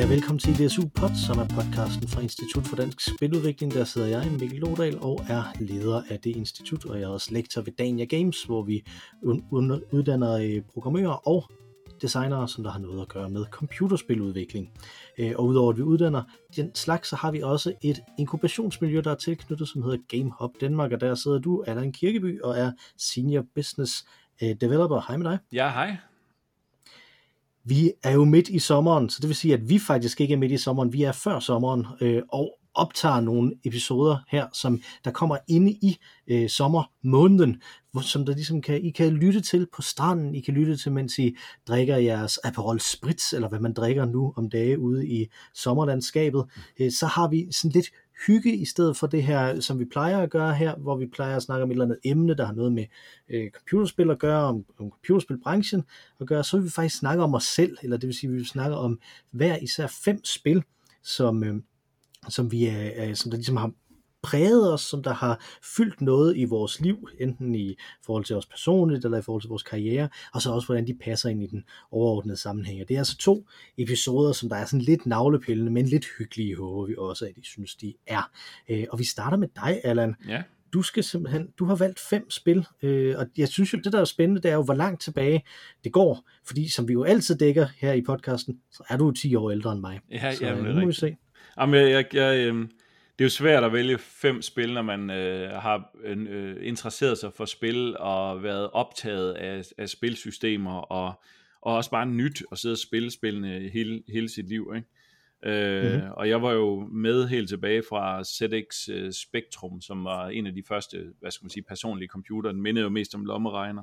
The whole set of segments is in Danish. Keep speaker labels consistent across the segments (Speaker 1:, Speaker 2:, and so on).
Speaker 1: velkommen til DSU Pod, som er podcasten fra Institut for Dansk Spiludvikling. Der sidder jeg, Mikkel Lodal, og er leder af det institut, og jeg er også lektor ved Dania Games, hvor vi uddanner programmører og designere, som der har noget at gøre med computerspiludvikling. Og udover at vi uddanner den slags, så har vi også et inkubationsmiljø, der er tilknyttet, som hedder GameHub Danmark, og der sidder du, Allan Kirkeby, og er Senior Business Developer. Hej med dig.
Speaker 2: Ja, hej.
Speaker 1: Vi er jo midt i sommeren, så det vil sige, at vi faktisk ikke er midt i sommeren, vi er før sommeren, og optager nogle episoder her, som der kommer inde i sommermåneden, som der ligesom I kan lytte til på stranden, I kan lytte til, mens I drikker jeres Aperol Spritz, eller hvad man drikker nu om dage ude i sommerlandskabet. Så har vi sådan lidt hygge i stedet for det her, som vi plejer at gøre her, hvor vi plejer at snakke om et eller andet emne, der har noget med computerspil at gøre, om computerspilbranchen at gøre. Så vil vi faktisk snakke om os selv, eller det vil sige, at vi vil snakke om hver især 5 spil, som der ligesom har præget os, som der har fyldt noget i vores liv, enten i forhold til os personligt, eller i forhold til vores karriere, og så også, hvordan de passer ind i den overordnede sammenhæng. Og det er altså 2 episoder, som der er sådan lidt navlepillende, men lidt hyggelige, håber vi også, at I synes, de er. Og vi starter med dig, Allan.
Speaker 2: Ja.
Speaker 1: Du har valgt 5 spil, og jeg synes jo, det der er spændende, det er jo, hvor langt tilbage det går, fordi som vi jo altid dækker her i podcasten, så er du 10 år ældre end mig.
Speaker 2: Ja,
Speaker 1: så
Speaker 2: jamen,
Speaker 1: nu må vi se.
Speaker 2: Jamen, det er jo svært at vælge 5 spil, når man har interesseret sig for spil og været optaget af spilsystemer og også bare nyt at sidde og spille spillene hele sit liv, ikke? Og jeg var jo med helt tilbage fra ZX Spectrum, som var en af de første, personlige computere. Den mindede jo mest om lommeregner.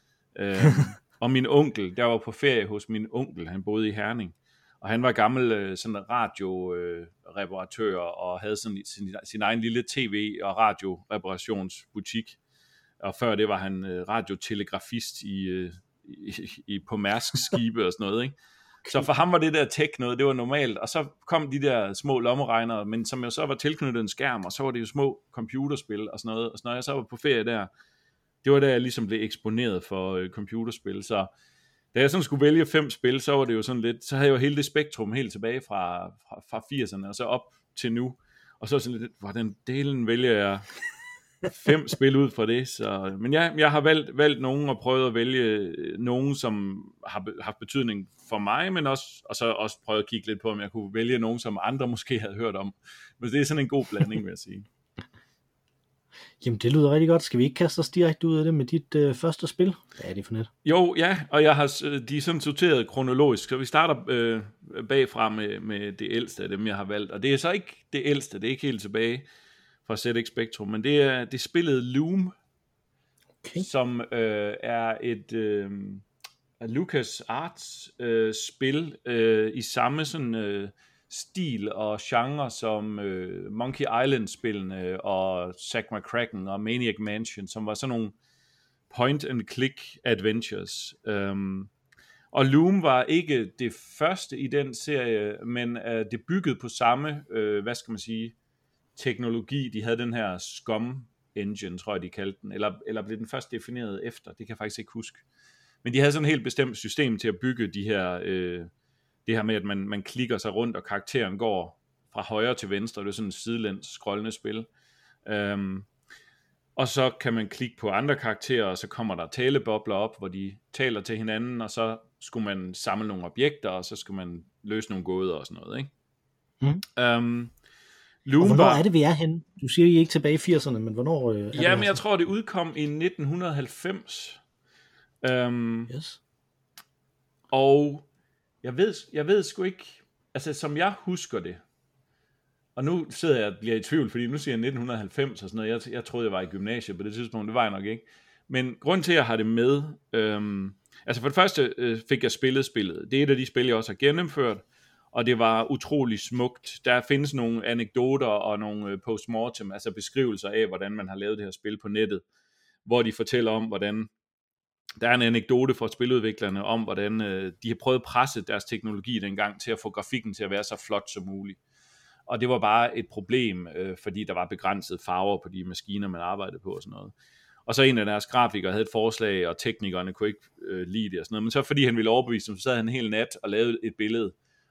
Speaker 2: Og min onkel, der var på ferie hos min onkel, han boede i Herning. Og han var gammel sådan radioreparatør og havde sådan sin egen lille tv- og radioreparationsbutik. Og før det var han radiotelegrafist på Mærsk skibe og sådan noget, ikke? Så for ham var det der tech noget, det var normalt. Og så kom de der små lommeregnere, men som jo så var tilknyttet en skærm, og så var det jo små computerspil og sådan noget. Og når jeg så var på ferie der, det var der jeg ligesom blev eksponeret for computerspil. Så da jeg sådan skulle vælge 5 spil, så var det jo sådan lidt, så havde jeg jo hele det spektrum helt tilbage fra 80'erne og så op til nu. Og så sådan lidt, hvordan delen vælger jeg 5 spil ud fra det. Så, men jeg har valgt nogen og prøvet at vælge nogen, som har haft betydning for mig, men også prøvet at kigge lidt på, om jeg kunne vælge nogen, som andre måske havde hørt om. Men det er sådan en god blanding, vil jeg sige.
Speaker 1: Jamen, det lyder rigtig godt. Skal vi ikke kaste os direkte ud af det med dit første spil? Hvad er det for net?
Speaker 2: Jo, ja, og de er sådan sorteret kronologisk, så vi starter bagfra med det ældste af dem, jeg har valgt. Og det er så ikke det ældste, det er ikke helt tilbage fra ZX Spectrum, men det er det spillet Loom, okay, som er et LucasArts spil i samme sådan stil og genre som Monkey Island-spillene og Zack McCracken og Maniac Mansion, som var sådan nogle point-and-click adventures. Og Loom var ikke det første i den serie, men det byggede på samme, teknologi. De havde den her SCUM engine, tror jeg de kaldte den, eller blev den først defineret efter, det kan jeg faktisk ikke huske. Men de havde sådan et helt bestemt system til at bygge de her, det her med, at man klikker sig rundt, og karakteren går fra højre til venstre, det er sådan et sidelæns scrollende spil. Og så kan man klikke på andre karakterer, og så kommer der talebobler op, hvor de taler til hinanden, og så skulle man samle nogle objekter, og så skulle man løse nogle gåder og sådan noget, ikke?
Speaker 1: Og hvornår er det, vi er henne? Du siger, I er ikke tilbage i 80'erne, men hvornår er det?
Speaker 2: Jamen, jeg tror, det udkom i 1990.
Speaker 1: Yes.
Speaker 2: Og jeg ved sgu ikke, altså som jeg husker det, og nu sidder jeg og bliver i tvivl, fordi nu siger jeg 1990 og sådan noget, jeg troede, jeg var i gymnasiet på det tidspunkt, det var jeg nok ikke. Men grund til, at jeg har det med, altså for det første fik jeg spillet. Det er et af de spil, jeg også har gennemført, og det var utrolig smukt. Der findes nogle anekdoter og nogle postmortem, altså beskrivelser af, hvordan man har lavet det her spil på nettet, hvor de fortæller om, hvordan der er en anekdote fra spiludviklerne om, hvordan de har prøvet at presse deres teknologi dengang til at få grafikken til at være så flot som muligt. Og det var bare et problem, fordi der var begrænset farver på de maskiner, man arbejdede på og sådan noget. Og så en af deres grafikere havde et forslag, og teknikerne kunne ikke lide det og sådan noget. Men så fordi han ville overbevise dem, så sad han en hel nat og lavede et billede.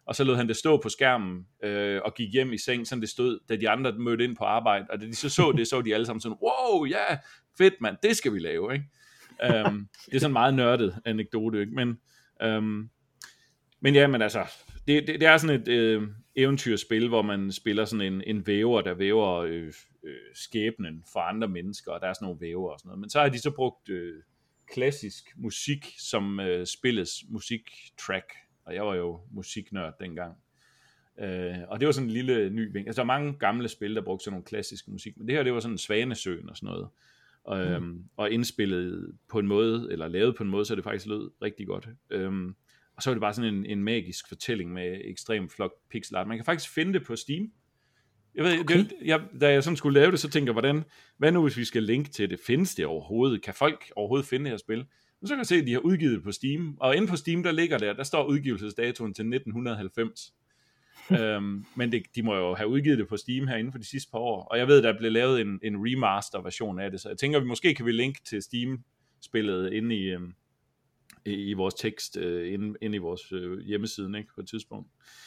Speaker 2: og så lod han det stå på skærmen, og gik hjem i seng, sådan det stod, da de andre mødte ind på arbejde, og da de så det, så de alle sammen sådan, wow, ja, yeah, fedt mand, det skal vi lave, ikke? Det er sådan en meget nørdet anekdote, ikke? Men ja, men altså, det er sådan et eventyrspil, hvor man spiller sådan en væver, der væver skæbnen for andre mennesker, og der er sådan nogle væver og sådan noget. Men så har de så brugt klassisk musik som spillets musiktrack, og jeg var jo musiknørd dengang. Og det var sådan en lille ny vinkel. Altså, der er mange gamle spil, der brugte sådan nogle klassisk musik, men det her, det var sådan Svanesøen og sådan noget. Og indspillet på en måde, eller lavet på en måde, så det faktisk lød rigtig godt. Og så var det bare sådan en magisk fortælling med ekstremt flot pixel art. Man kan faktisk finde det på Steam. Jeg ved, okay. Da jeg sådan skulle lave det, så tænker jeg, hvad nu hvis vi skal linke til det? Findes det overhovedet? Kan folk overhovedet finde det her spil? Men så kan jeg se, at de har udgivet det på Steam. Og inde på Steam, der står udgivelsesdatoen til 1990. Men de må jo have udgivet det på Steam her inden for de sidste par år. Og jeg ved, der blev lavet en remaster-version af det. Så jeg tænker, vi måske kan vi linke til Steam-spillet inde i vores tekst, inde i vores hjemmeside, ikke, på et tidspunkt.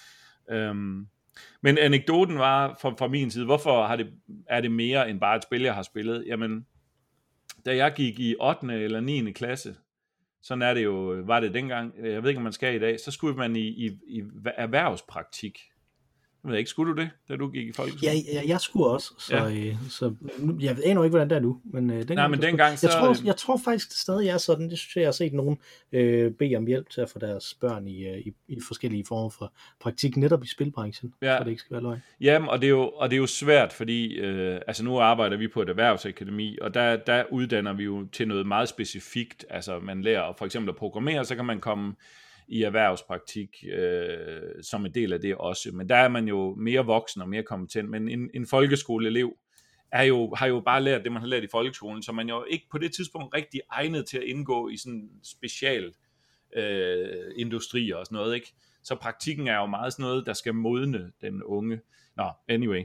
Speaker 2: Men anekdoten var fra min side, hvorfor er det mere end bare et spil, jeg har spillet? Jamen, da jeg gik i 8. eller 9. klasse, sådan er det jo, var det dengang, jeg ved ikke, om man skal i dag, så skulle man i erhvervspraktik. Jeg ved ikke, skulle du det, da du gik i folkeskole?
Speaker 1: Ja, jeg skulle også, så jeg aner ikke, hvordan det er nu. Men dengang så... Jeg tror faktisk, det stadig er sådan, det synes jeg har set nogen bede om hjælp til at få deres børn i forskellige former for praktik, netop i spilbranchen, for det ikke skal være løgn.
Speaker 2: Jamen, og det er jo svært, fordi altså nu arbejder vi på et erhvervsakademi, og der uddanner vi jo til noget meget specifikt, altså man lærer for eksempel at programmere, så kan man komme i erhvervspraktik som en del af det også, men der er man jo mere voksen og mere kompetent, men en folkeskoleelev har jo bare lært det, man har lært i folkeskolen, så man jo ikke på det tidspunkt rigtig egnet til at indgå i sådan special industrier og sådan noget, ikke? Så praktikken er jo meget sådan noget, der skal modne den unge. Nå, anyway.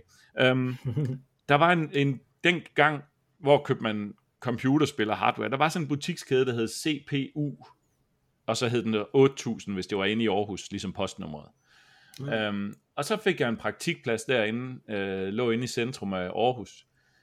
Speaker 2: Der var den gang, hvor købte man computerspil og hardware, der var sådan en butikskæde, der hed CPU, og så hed den 8000, hvis det var inde i Aarhus, ligesom postnummeret. Og så fik jeg en praktikplads derinde, lå inde i centrum af Aarhus.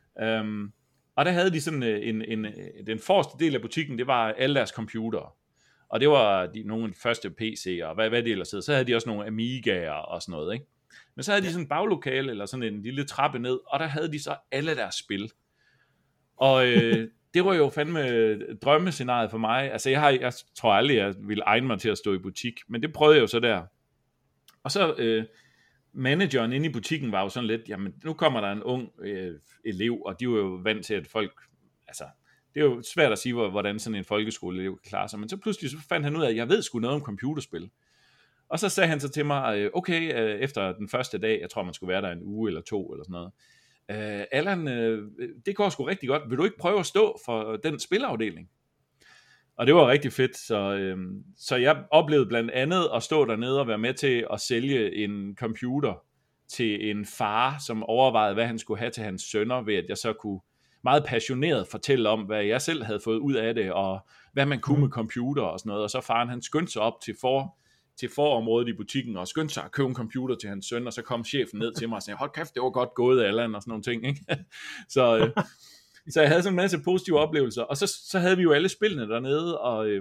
Speaker 2: Og der havde de sådan den forreste del af butikken, det var alle deres computere. Og det var nogle af de første PC'er, og hvad det ellers hed. Så havde de også nogle Amiga'er og sådan noget, ikke? Men så havde de sådan en baglokale, eller sådan en lille trappe ned, og der havde de så alle deres spil. Og det var jo fandme drømmescenariet for mig. Altså jeg tror aldrig, jeg ville egne mig til at stå i butik, men det prøvede jeg jo så der. Og så manageren inde i butikken var jo sådan lidt, jamen nu kommer der en ung elev, og de var jo vant til, at folk, altså det er jo svært at sige, hvordan sådan en folkeskoleelev klarer sig, men så pludselig så fandt han ud af, at jeg ved sgu noget om computerspil. Og så sagde han så til mig, okay, efter den første dag, jeg tror man skulle være der en uge eller 2 eller sådan noget, Allan, det går sgu rigtig godt. Vil du ikke prøve at stå for den spilafdeling? Og det var rigtig fedt, så jeg oplevede blandt andet at stå dernede og være med til at sælge en computer til en far, som overvejede, hvad han skulle have til hans sønner, ved at jeg så kunne meget passioneret fortælle om, hvad jeg selv havde fået ud af det, og hvad man kunne med computer og sådan noget. Og så faren, han skyndte sig op til forområdet i butikken, og skyndte sig at købe en computer til hans søn, og så kom chefen ned til mig og sagde, hold kæft, det var godt gået, Allan, og sådan nogle ting, ikke? Så jeg havde sådan en masse positive oplevelser, og så havde vi jo alle spillene dernede,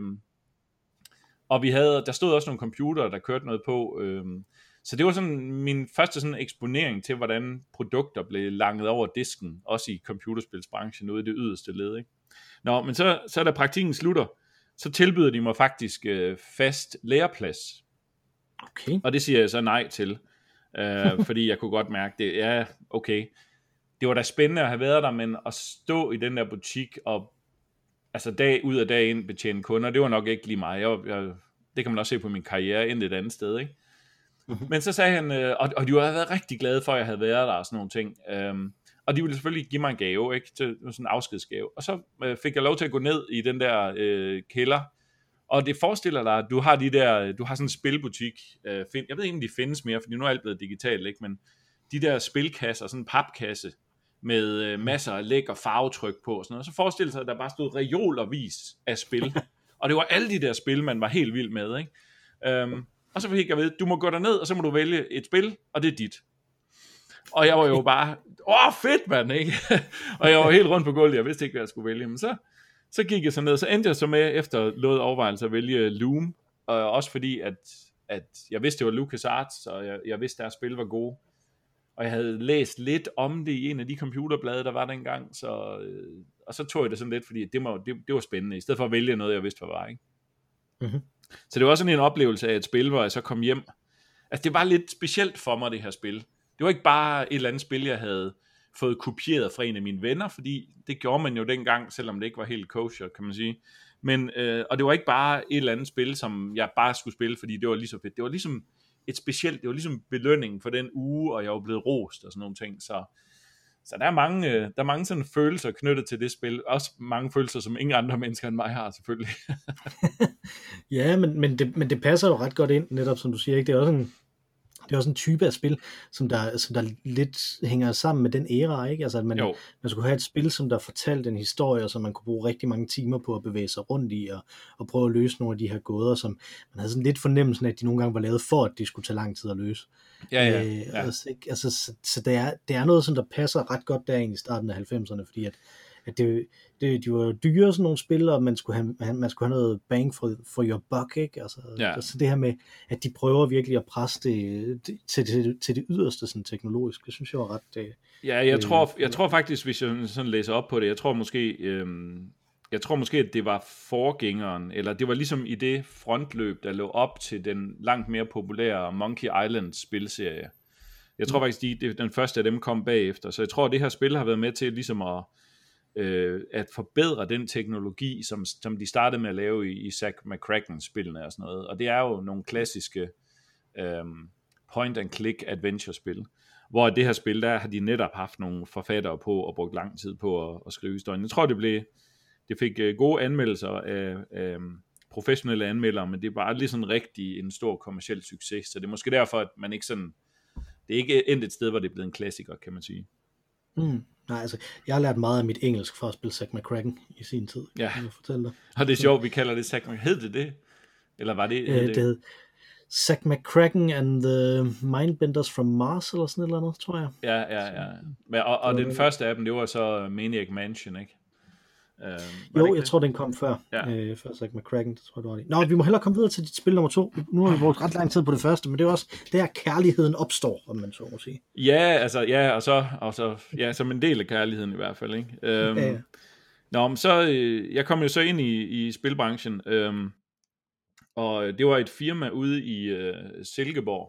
Speaker 2: og der stod også nogle computere, der kørte noget på, så det var sådan min første sådan eksponering til, hvordan produkter blev langet over disken, også i computerspilsbranchen, ude i det yderste led, ikke? Nå, men så da praktikken slutter, så tilbyder de mig faktisk fast læreplads.
Speaker 1: Okay.
Speaker 2: Og det siger jeg så nej til, fordi jeg kunne godt mærke det. Ja, okay. Det var da spændende at have været der, men at stå i den der butik og altså dag ud og dag ind betjene kunder, det var nok ikke lige mig. Det kan man også se på min karriere ind et andet sted, ikke? Men så sagde han, og de havde været rigtig glade for, at jeg havde været der og sådan nogle ting. Og de ville selvfølgelig give mig en gave, ikke? Til sådan en afskedsgave. Og så fik jeg lov til at gå ned i den der kælder. Og det forestiller dig, at du har sådan en spilbutik. Jeg ved ikke, om de findes mere, fordi nu er alt blevet digitalt, ikke? Men de der spilkasser, sådan en papkasse med masser af lækker farvetryk på og sådan noget. Så forestil sig, at der bare stod reolervis af spil. Og det var alle de der spil, man var helt vild med, ikke? Og så fik jeg ved, du må gå derned, og så må du vælge et spil, og det er dit. Og jeg var jo bare, fedt mand, ikke? Og jeg var helt rundt på gulvet, jeg vidste ikke, hvad jeg skulle vælge. Men så gik jeg så ned, så endte jeg så med, efter noget overvejelse, at vælge Loom. Og også fordi, at jeg vidste, det var LucasArts, og jeg vidste, at deres spil var gode. Og jeg havde læst lidt om det i en af de computerblade, der var dengang. Og så tog jeg det sådan lidt, fordi det var spændende, i stedet for at vælge noget, jeg vidste, hvad var, ikke?
Speaker 1: Mm-hmm.
Speaker 2: Så det var sådan en oplevelse af et spil, hvor jeg så kom hjem. Altså, det var lidt specielt for mig, det her spil. Det var ikke bare et eller andet spil, jeg havde fået kopieret fra en af mine venner, fordi det gjorde man jo dengang, selvom det ikke var helt kosher, kan man sige. Men, og det var ikke bare et eller andet spil, som jeg bare skulle spille, fordi det var lige så fedt. Det var ligesom et specielt, det var ligesom belønningen for den uge, og jeg var blevet rost og sådan nogle ting. Så der er mange sådan følelser knyttet til det spil. Også mange følelser, som ingen andre mennesker end mig har, selvfølgelig.
Speaker 1: Ja, men det passer jo ret godt ind, netop som du siger, ikke? Det er også en type af spil, som der lidt hænger sammen med den æra, ikke? Altså, at man skulle have et spil, som der fortalte en historie, som man kunne bruge rigtig mange timer på at bevæge sig rundt i, og prøve at løse nogle af de her gåder, som man havde sådan lidt fornemmelsen af, at de nogle gange var lavet for, at de skulle tage lang tid at løse.
Speaker 2: Ja.
Speaker 1: Altså, så det er noget, som der passer ret godt der i starten af 90'erne, fordi at de var dyre, sådan nogle spil, og man skulle have noget bang for your buck, ikke? Altså, så det her med, at de prøver virkelig at presse det til det yderste sådan teknologisk, det synes jeg var ret...
Speaker 2: Jeg tror faktisk, hvis jeg sådan læser op på det, jeg tror måske, at det var forgængeren, eller det var ligesom i det frontløb, der lå op til den langt mere populære Monkey Island spilserie. Jeg tror faktisk, den første af dem kom bagefter, så jeg tror, at det her spil har været med til ligesom at forbedre den teknologi, som de startede med at lave i Zack McCracken-spillene og sådan noget. Og det er jo nogle klassiske point-and-click adventure-spil, hvor det her spil, der har de netop haft nogle forfattere på og brugt lang tid på at skrive historien. Jeg tror, det fik gode anmeldelser af professionelle anmeldere, men det er bare aldrig sådan rigtig en stor kommerciel succes, så det er måske derfor, at man ikke sådan, det er ikke endt et sted, hvor det er blevet en klassiker, kan man sige.
Speaker 1: Nej, altså, jeg har lært meget af mit engelsk for at spille Zack McCracken i sin tid, kan jeg fortælle dig.
Speaker 2: Og det er sjovt, vi kalder det Zack McCracken. Hed det? Eller var det?
Speaker 1: Det hed Zack McCracken and the Mindbenders from Mars, eller sådan et eller andet, tror jeg.
Speaker 2: Ja. Og den første af dem, det var så Maniac Mansion, ikke?
Speaker 1: Jeg tror, den kom før Zack McCracken, det tror jeg, du har det. Vi må hellere komme videre til dit spil nummer 2. Nu har vi brugt ret lang tid på det første, men det er også der kærligheden opstår, om man så må sige.
Speaker 2: Og så som en del af kærligheden i hvert fald, ikke? Jeg kom jo så ind i spilbranchen, og det var et firma ude i Silkeborg,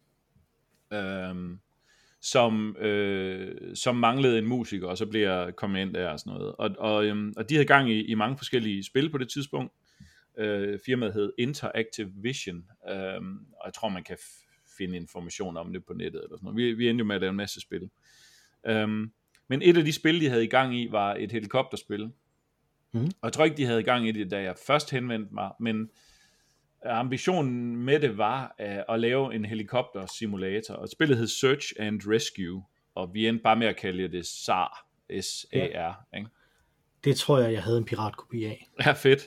Speaker 2: som manglede en musiker, og så blev jeg kommet ind der og sådan noget. Og de havde gang i mange forskellige spil på det tidspunkt. Firmaet hed Interactive Vision, og jeg tror, man kan finde information om det på nettet eller sådan noget. Vi endte jo med at lave en masse spil. Men et af de spil, de havde i gang i, var et helikopterspil. Og jeg tror ikke, de havde i gang i det, da jeg først henvendte mig, men ambitionen med det var at lave en helikoptersimulator, og spillet hed Search and Rescue, og vi endte bare med at kalde det SAR, S-A-R, ikke?
Speaker 1: Det tror jeg havde en piratkopi af.
Speaker 2: Ja, fedt.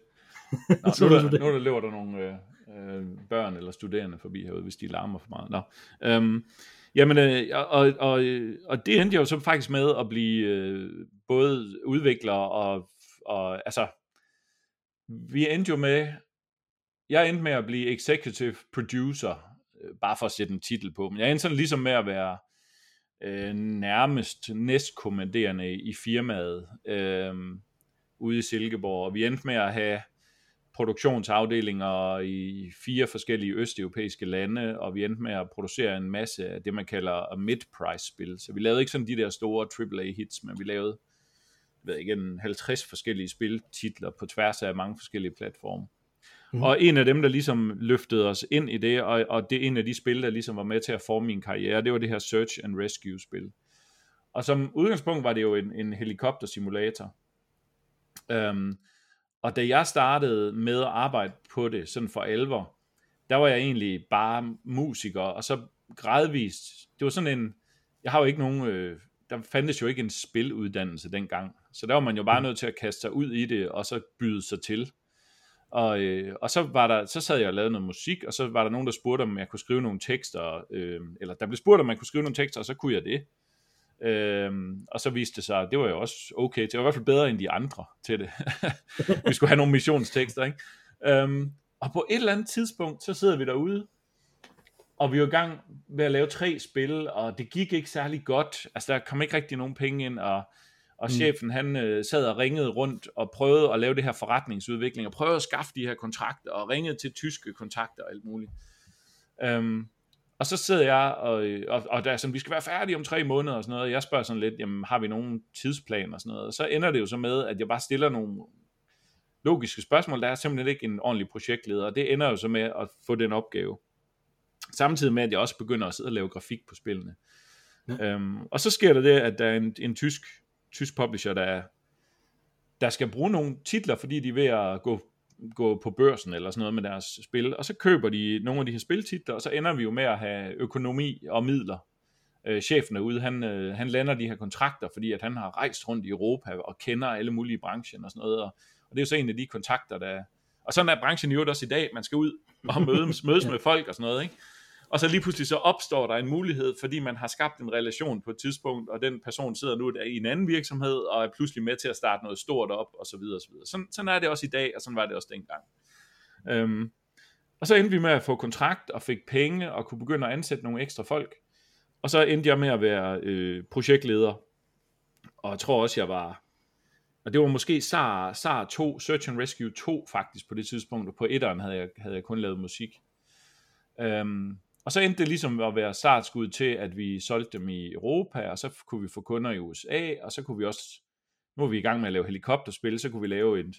Speaker 2: Nu løber der nogle børn eller studerende forbi herude, hvis de larmer for meget. Og det endte jo så faktisk med at blive både udvikler og altså, jeg endte med at blive executive producer, bare for at sætte en titel på, men jeg endte sådan ligesom med at være nærmest næstkommanderende i firmaet ude i Silkeborg, og vi endte med at have produktionsafdelinger i 4 forskellige østeuropæiske lande, og vi endte med at producere en masse af det, man kalder mid-price spil. Så vi lavede ikke sådan de der store AAA-hits, men vi lavede 50 forskellige spiltitler på tværs af mange forskellige platforme. Og en af dem, der ligesom løftede os ind i det, og det er en af de spil, der ligesom var med til at forme min karriere, det var det her Search and Rescue spil. Og som udgangspunkt var det jo en helikoptersimulator. Og da jeg startede med at arbejde på det, sådan for alvor, der var jeg egentlig bare musiker, og så gradvist, det var sådan jeg har jo ikke nogen, der fandtes jo ikke en spiluddannelse dengang, så der var man jo bare nødt til at kaste sig ud i det, og så byde sig til. Og så sad jeg og lavede noget musik, og så var der nogen, der spurgte, om jeg kunne skrive nogle tekster, eller der blev spurgt, om man kunne skrive nogle tekster, og så kunne jeg det. Og så viste det sig, at det var jo også okay til. Det var i hvert fald bedre end de andre til det. Vi skulle have nogle missionstekster, ikke? Og på et eller andet tidspunkt, så sidder vi derude, og vi var i gang med at lave 3 spil, og det gik ikke særlig godt. Altså, der kom ikke rigtig nogen penge ind, og chefen, han sad og ringede rundt, og prøvede at lave det her forretningsudvikling, og prøvede at skaffe de her kontrakter, og ringede til tyske kontakter og alt muligt. Og så sidder jeg, og der er sådan, vi skal være færdige om 3 måneder og sådan noget, og jeg spørger sådan lidt, jamen har vi nogen tidsplan og sådan noget, og så ender det jo så med, at jeg bare stiller nogle logiske spørgsmål, der er simpelthen ikke en ordentlig projektleder, og det ender jo så med at få den opgave. Samtidig med, at jeg også begynder at sidde og lave grafik på spillene. Ja. Og så sker der det, at der er en tysk publisher, der skal bruge nogle titler, fordi de er ved at gå på børsen eller sådan noget med deres spil, og så køber de nogle af de her spiltitler, og så ender vi jo med at have økonomi og midler. Chefen derude, han lander de her kontrakter, fordi at han har rejst rundt i Europa og kender alle mulige brancher og sådan noget, og det er jo så en af de kontakter, der... Og sådan er branchen jo også i dag, man skal ud og mødes med folk og sådan noget, ikke? Og så lige pludselig så opstår der en mulighed, fordi man har skabt en relation på et tidspunkt, og den person sidder nu i en anden virksomhed, og er pludselig med til at starte noget stort op, og så videre, og så videre. Sådan er det også i dag, og sådan var det også dengang. Og så endte vi med at få kontrakt, og fik penge, og kunne begynde at ansætte nogle ekstra folk. Og så endte jeg med at være projektleder, og jeg tror også, jeg var... Og det var måske SAR 2, Search and Rescue 2 faktisk på det tidspunkt, og på etteren havde jeg kun lavet musik. Og så endte det ligesom at være startskud til, at vi solgte dem i Europa, og så kunne vi få kunder i USA, og så kunne vi også, nu er vi i gang med at lave helikopterspil, så kunne vi lave et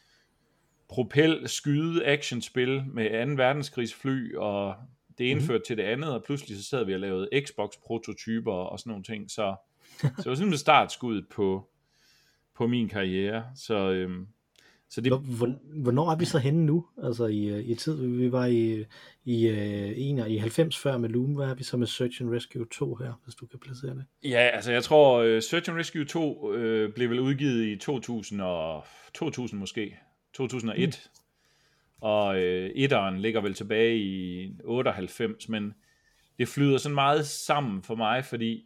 Speaker 2: propel-skyde actionspil med 2. verdenskrigsfly, og det ene førte til det andet, og pludselig så sad vi og lavede Xbox-prototyper og sådan nogle ting, så det var simpelthen startskuddet på min karriere, så det...
Speaker 1: Hvornår er vi så henne nu? Altså i tid, vi var i 90 før med Loom, hvad er vi så med Search and Rescue 2 her, hvis du kan placere det?
Speaker 2: Ja, altså jeg tror Search and Rescue 2 blev vel udgivet i 2000 måske, 2001, og etteren ligger vel tilbage i 98, men det flyder sådan meget sammen for mig, fordi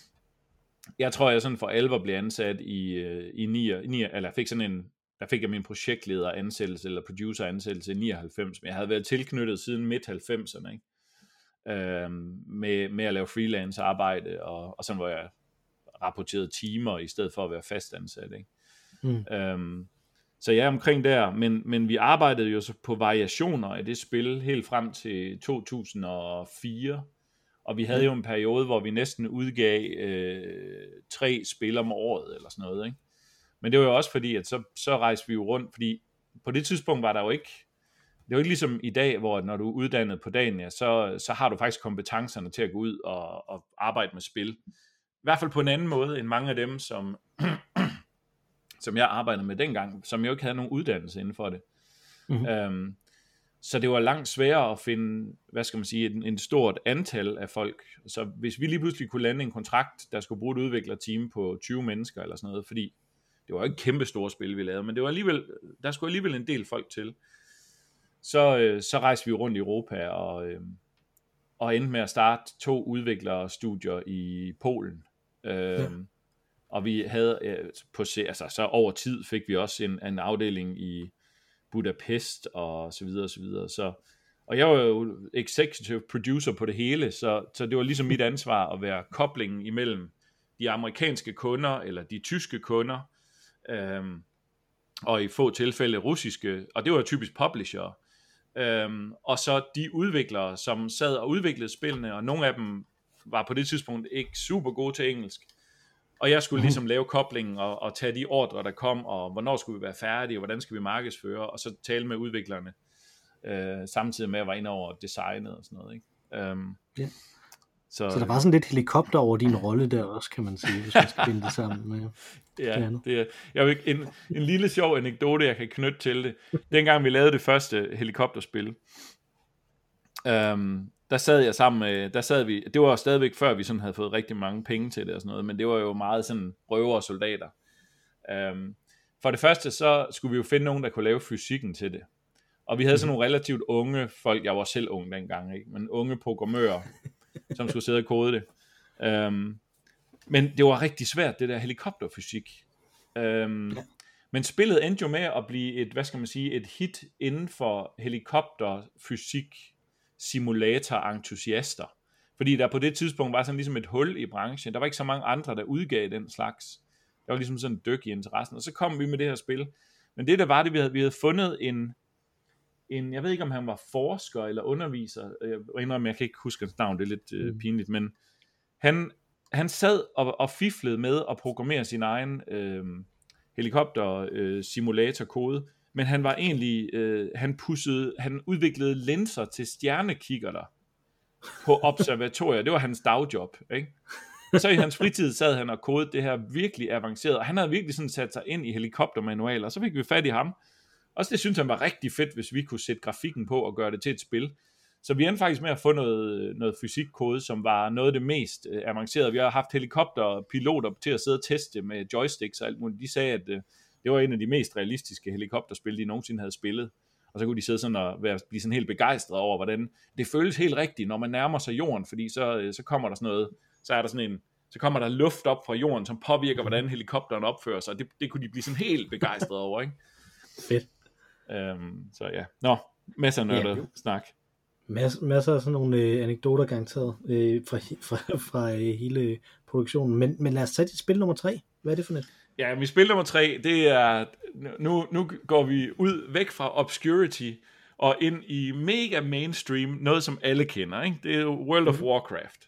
Speaker 2: jeg tror, jeg sådan for alvor blev ansat i 9, eller fik sådan en... Der fik jeg min projektleder-ansættelse, eller producer-ansættelse i 99, men jeg havde været tilknyttet siden midt-90'erne, ikke? Med at lave freelance-arbejde, og sådan, hvor jeg rapporterede timer, i stedet for at være fastansat, ikke? Så jeg er omkring der, men vi arbejdede jo så på variationer af det spil, helt frem til 2004, og vi havde jo en periode, hvor vi næsten udgav 3 spil om året, eller sådan noget, ikke? Men det var jo også fordi, at så rejste vi jo rundt, fordi på det tidspunkt var der jo ikke, det var ikke ligesom i dag, hvor når du er uddannet på dagen, ja, så har du faktisk kompetencerne til at gå ud og arbejde med spil. I hvert fald på en anden måde, end mange af dem, som jeg arbejdede med dengang, som jo ikke havde nogen uddannelse inden for det. Mm-hmm. Så det var langt sværere at finde, hvad skal man sige, en stort antal af folk. Så hvis vi lige pludselig kunne lande en kontrakt, der skulle bruge et udviklerteam på 20 mennesker eller sådan noget, fordi det var jo ikke kæmpe store spil, vi lavede, men det var alligevel, der skulle alligevel en del folk til. Så rejste vi rundt i Europa og endte med at starte 2 udviklerstudier i Polen. Og vi havde så over tid fik vi også en afdeling i Budapest og så videre og så videre. Og jeg var jo executive producer på det hele, så det var ligesom mit ansvar at være koblingen imellem de amerikanske kunder eller de tyske kunder, og i få tilfælde russiske, og det var typisk publisher, og så de udviklere, som sad og udviklede spillene, og nogle af dem var på det tidspunkt ikke super gode til engelsk, og jeg skulle ligesom lave koblingen og tage de ordre, der kom, og hvornår skulle vi være færdige, og hvordan skal vi markedsføre, og så tale med udviklerne, samtidig med at være inde over designet og sådan noget, ikke? Så
Speaker 1: der var sådan lidt helikopter over din rolle der også, kan man sige, hvis man skal binde det sammen med
Speaker 2: det er en lille sjov anekdote, jeg kan knytte til det. Dengang vi lavede det første helikopterspil, der sad jeg sammen med, det var stadigvæk før vi sådan havde fået rigtig mange penge til det og sådan noget, men det var jo meget sådan røver og soldater. For det første, så skulle vi jo finde nogen, der kunne lave fysikken til det. Og vi havde sådan nogle relativt unge folk, jeg var selv ung dengang, ikke? Men unge programmører, som skulle sidde og kode det. Men det var rigtig svært, det der helikopterfysik. Men spillet endte jo med at blive et hit inden for helikopterfysik simulator-entusiaster. Fordi der på det tidspunkt var sådan ligesom et hul i branchen. Der var ikke så mange andre, der udgav den slags. Der var ligesom sådan en dyk i interessen. Og så kom vi med det her spil. Men det der var det, vi havde fundet en, jeg ved ikke om han var forsker eller underviser. Jeg kan ikke huske hans navn, det er lidt pinligt. Men han sad og fiflede med at programmere sin egen helikopter simulator-kode. Men han var egentlig, han udviklede linser til stjernekikkerter på observatorier. Det var hans dagjob, ikke? Så i hans fritid sad han og kodede det her virkelig avanceret, og han havde virkelig sådan sat sig ind i helikoptermanualer, og så fik vi fat i ham. Og det synes han var rigtig fedt, hvis vi kunne sætte grafikken på og gøre det til et spil. Så vi endte faktisk med at få noget fysikkode, som var noget af det mest avancerede. Vi har haft helikopterpiloter til at sidde og teste med joysticks og alt muligt. De sagde, at det var en af de mest realistiske helikopterspil, de nogensinde havde spillet. Og så kunne de sidde sådan og blive sådan helt begejstrede over, hvordan det føles helt rigtigt, når man nærmer sig jorden, fordi så kommer der sådan noget, så kommer der luft op fra jorden, som påvirker, hvordan helikopteren opfører sig. Det kunne de blive sådan helt begejstrede over, ikke?
Speaker 1: Fedt.
Speaker 2: Så ja. Nå, masser af nørdet snak.
Speaker 1: Masser af sådan nogle anekdoter garanteret fra hele produktionen. Men lad os tage til spil nummer 3. Hvad er det for net?
Speaker 2: Ja, vi spil nummer 3, det er, nu går vi ud væk fra obscurity og ind i mega mainstream, noget som alle kender, ikke? Det er World of Warcraft.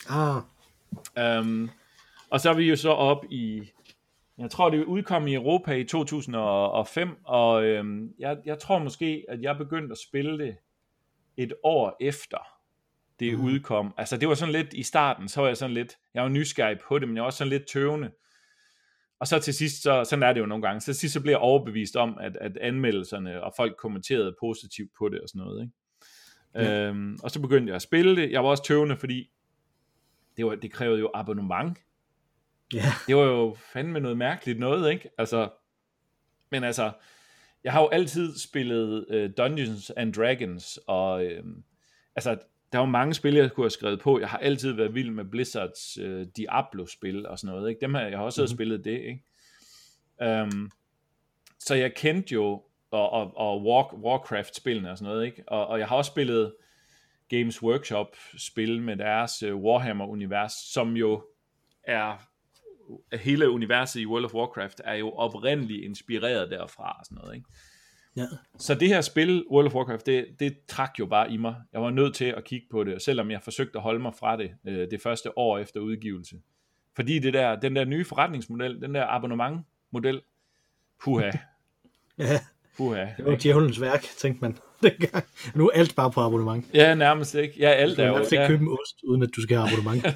Speaker 2: Og så er vi jo så op i, jeg tror det udkom i Europa i 2005, og jeg tror måske, at jeg begyndte at spille det et år efter det udkom. Altså det var sådan lidt, i starten, så var jeg var nysgerrig på det, men jeg var også sådan lidt tøvende. Og så til sidst, sådan er det jo nogle gange, så til sidst så bliver jeg overbevist om, at anmeldelserne og folk kommenterede positivt på det og sådan noget, ikke? Ja. Og så begyndte jeg at spille det. Jeg var også tøvende, fordi det krævede jo abonnement.
Speaker 1: Ja.
Speaker 2: Det var jo fandme noget mærkeligt noget, ikke? Men jeg har jo altid spillet Dungeons and Dragons, og der var mange spil, jeg kunne have skrevet på. Jeg har altid været vild med Blizzards Diablo-spil og sådan noget, ikke? Jeg har også spillet det, ikke? Så jeg kendte jo og Warcraft-spillene og sådan noget, ikke? Og jeg har også spillet Games Workshop-spil med deres Warhammer-univers, som jo er hele universet i World of Warcraft er jo oprindeligt inspireret derfra og sådan noget, ikke?
Speaker 1: Ja.
Speaker 2: Så det her spil, World of Warcraft, det trak jo bare i mig. Jeg var nødt til at kigge på det, selvom jeg forsøgte at holde mig fra det første år efter udgivelse. Fordi den der nye forretningsmodel, den der abonnementmodel, puha.
Speaker 1: Ja.
Speaker 2: Puha.
Speaker 1: Det var djævelens værk, tænkte man dengang. Nu er alt bare på abonnement.
Speaker 2: Ja, nærmest ikke. Ja, alt er jo.
Speaker 1: Du kan købe en ost, uden at du skal have abonnement.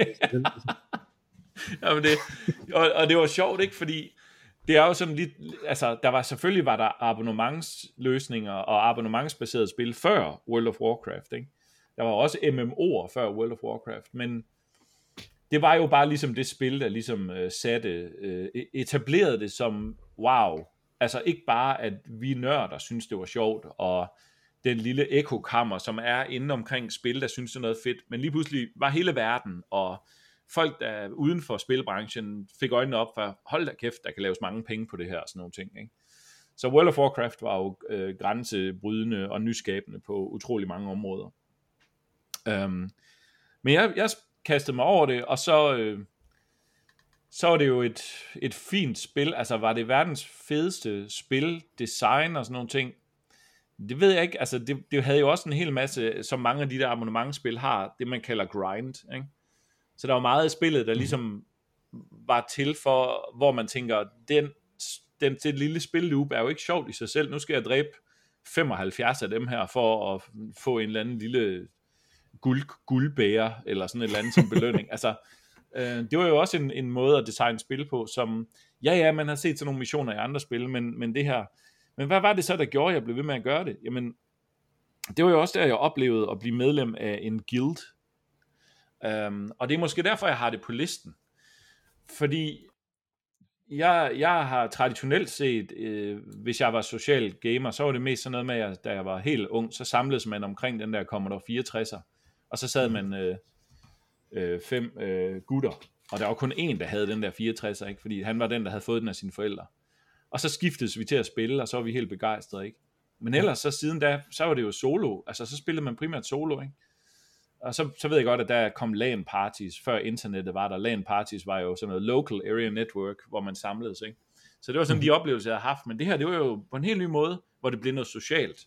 Speaker 2: Jamen og det var sjovt, ikke? Fordi det er jo sådan lidt, selvfølgelig var der abonnementsløsninger og abonnementsbaserede spil før World of Warcraft, ikke? Der var også MMO'er før World of Warcraft, men det var jo bare ligesom det spil, der ligesom etablerede det som wow. Altså ikke bare, at vi nørder synes, det var sjovt, og den lille ekokammer, som er inde omkring spil, der synes, det er noget fedt, men lige pludselig var hele verden, og folk, der uden for spilbranchen, fik øjnene op for, hold da kæft, der kan laves mange penge på det her, og sådan nogle ting, ikke? Så World of Warcraft var jo grænsebrydende og nyskabende på utrolig mange områder. Men jeg kastede mig over det, og så var det jo et fint spil. Altså var det verdens fedeste spil, design og sådan nogle ting? Det ved jeg ikke. Altså det havde jo også en hel masse, som mange af de der abonnementsspil har, det man kalder grind, ikke? Så der var meget af spillet, der ligesom var til for, hvor man tænker, det lille spilloop er jo ikke sjovt i sig selv. Nu skal jeg dræbe 75 af dem her, for at få en eller anden lille guldbæger, eller sådan et eller andet som belønning. Altså, det var jo også en måde at designe spil på, som, ja, man har set sådan nogle missioner i andre spil, men det her, men hvad var det så, der gjorde, at jeg blev ved med at gøre det? Jamen, det var jo også der, jeg oplevede at blive medlem af en guild. Og det er måske derfor, jeg har det på listen. Fordi Jeg har traditionelt set, hvis jeg var social gamer, så var det mest sådan noget med, at da jeg var helt ung, så samledes man omkring den der Commodore 64'er, og så sad man 5 gutter, og der var kun én, der havde den der 64'er, ikke? Fordi han var den, der havde fået den af sine forældre. Og så skiftedes vi til at spille, og så var vi helt begejstrede, ikke? Men ellers så siden da, så var det jo solo, altså så spillede man primært solo, ikke? Og så ved jeg godt, at der kom LAN parties, før internettet var der. LAN parties var jo sådan noget local area network, hvor man samledes, ikke? Så det var sådan de oplevelser, jeg havde haft. Men det her, det var jo på en helt ny måde, hvor det blev noget socialt.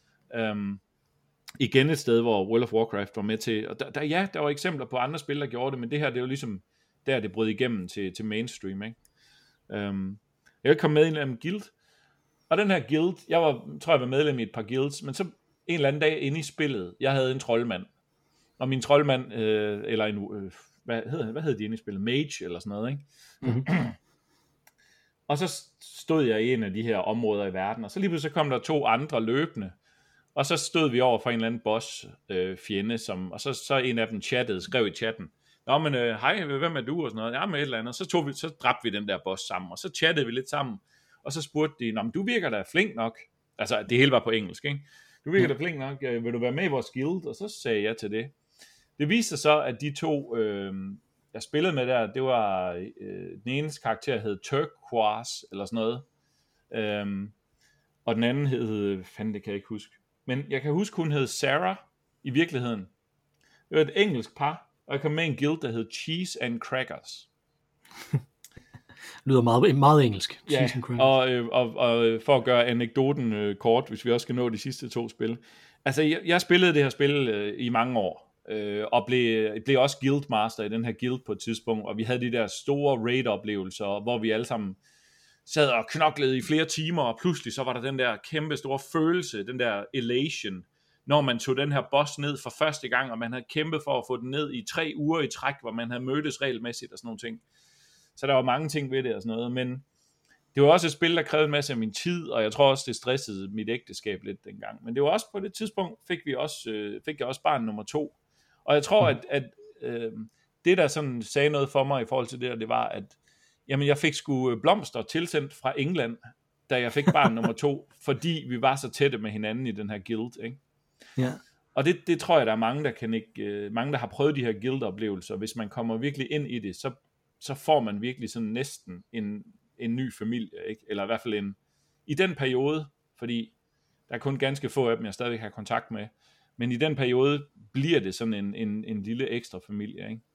Speaker 2: Igen et sted, hvor World of Warcraft var med til. Og der var eksempler på andre spil, der gjorde det, men det her, det var ligesom der, det brød igennem til mainstream, ikke? Jeg kom med i en eller anden guild, og den her guild, tror jeg var medlem i et par guilds, men så en eller anden dag inde i spillet, jeg havde en troldmand. Og min troldmand, eller en, hvad hed de inde i spillet? Mage, eller sådan noget, ikke? Mm-hmm. Og så stod jeg i en af de her områder i verden, og så lige pludselig kom der 2 andre løbende, og så stod vi over for en eller anden boss fjende, og så en af dem skrev i chatten, nå, men hej, hvem er du? Og sådan noget, ja, med et eller andet. Så dræbte vi den der boss sammen, og så chattede vi lidt sammen, og så spurgte de, nå, men du virker da flink nok, altså det hele var på engelsk, ikke? Du virker da flink nok, vil du være med i vores guild? Og så sagde jeg til det. Det viste sig så, at de 2, jeg spillede med der, det var, den enes karakter hed Turquoise, eller sådan noget, og den anden hed, det kan jeg ikke huske, men jeg kan huske, hun hed Sarah i virkeligheden. Det var et engelsk par, og jeg kom med i en guild, der hed Cheese and Crackers.
Speaker 1: Lyder meget, meget engelsk.
Speaker 2: Ja, Cheese and Crackers. Og for at gøre anekdoten kort, hvis vi også skal nå de sidste 2 spil. Altså, jeg spillede det her spil i mange år, og blev også guildmaster i den her guild på et tidspunkt, og vi havde de der store raid-oplevelser, hvor vi alle sammen sad og knoklede i flere timer, og pludselig så var der den der kæmpe store følelse, den der elation, når man tog den her boss ned for første gang, og man havde kæmpet for at få den ned i 3 uger i træk, hvor man havde mødtes regelmæssigt og sådan nogle ting. Så der var mange ting ved det og sådan noget, men det var også et spil, der krævede en masse af min tid, og jeg tror også, det stressede mit ægteskab lidt dengang. Men det var også på det tidspunkt, fik jeg også barn nummer 2. Og jeg tror, at det, der sådan sagde noget for mig i forhold til det var, at jamen, jeg fik sgu blomster tilsendt fra England, da jeg fik barn nummer 2, fordi vi var så tætte med hinanden i den her guild, ikke?
Speaker 1: Ja.
Speaker 2: Og det tror jeg, der er mange, mange, der har prøvet de her guild-oplevelser. Hvis man kommer virkelig ind i det, så får man virkelig sådan næsten en ny familie, ikke? Eller i hvert fald i den periode, fordi der er kun ganske få af dem, jeg stadigvæk har kontakt med, men i den periode bliver det sådan en lille ekstra familie, ikke?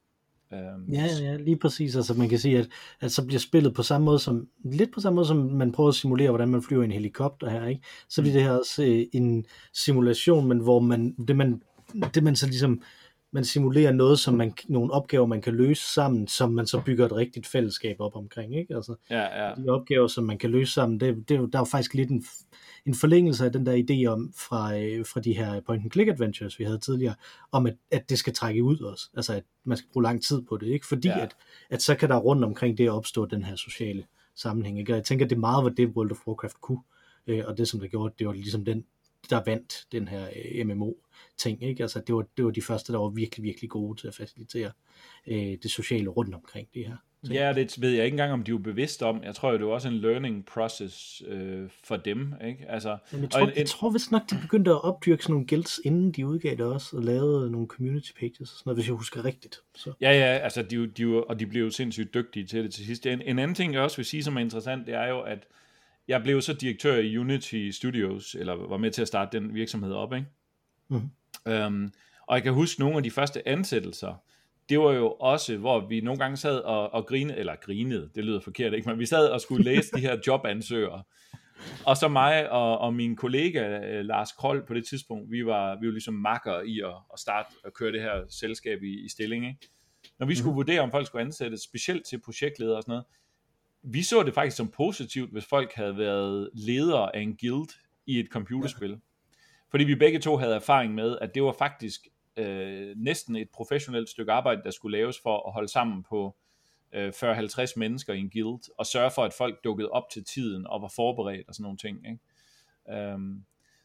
Speaker 1: Ja, lige præcis. Altså man kan sige, at så bliver spillet på samme måde som man prøver at simulere, hvordan man flyver i en helikopter her, ikke? Så bliver det her også en simulation, men hvor man så ligesom man simulerer noget, som nogle opgaver, man kan løse sammen, som man så bygger et rigtigt fællesskab op omkring, ikke? Altså,
Speaker 2: ja.
Speaker 1: De opgaver, som man kan løse sammen, der er jo faktisk lidt en forlængelse af den der idé om fra de her point-and-click adventures, vi havde tidligere, om at det skal trække ud også. Altså, at man skal bruge lang tid på det, ikke? Fordi at så kan der rundt omkring det opstå den her sociale sammenhæng, ikke? Og jeg tænker, at det meget var det, World of Warcraft kunne, og det, som der gjorde, det var ligesom den, der vandt den her MMO-ting, ikke? Altså, det var de første, der var virkelig, virkelig gode til at facilitere det sociale rundt omkring det her.
Speaker 2: Ja, det ved jeg ikke engang, om de er bevidste om. Jeg tror jo, det var også en learning process for dem, ikke? Altså,
Speaker 1: jeg tror vist nok, de begyndte at opdyrke sådan nogle guilds, inden de udgav det også, og lavede nogle community pages og sådan noget, hvis jeg husker rigtigt. Så.
Speaker 2: Ja, altså, de blev jo sindssygt dygtige til det til sidst. En anden ting, jeg også vil sige, som er interessant, det er jo, at jeg blev så direktør i Unity Studios, eller var med til at starte den virksomhed op, ikke? Mm-hmm. Og jeg kan huske nogle af de første ansættelser, det var jo også, hvor vi nogle gange sad og grinede, det lyder forkert, ikke? Men vi sad og skulle læse de her jobansøgere. Og så mig og min kollega Lars Kroll på det tidspunkt, vi var ligesom makker i at starte og køre det her selskab i stilling, ikke? Når vi skulle vurdere, om folk skulle ansættes, specielt til projektledere og sådan noget, vi så det faktisk som positivt, hvis folk havde været ledere af en guild i et computerspil. Fordi vi begge to havde erfaring med, at det var faktisk næsten et professionelt stykke arbejde, der skulle laves for at holde sammen på 40-50 mennesker i en guild, og sørge for, at folk dukkede op til tiden og var forberedt og sådan nogle ting, ikke?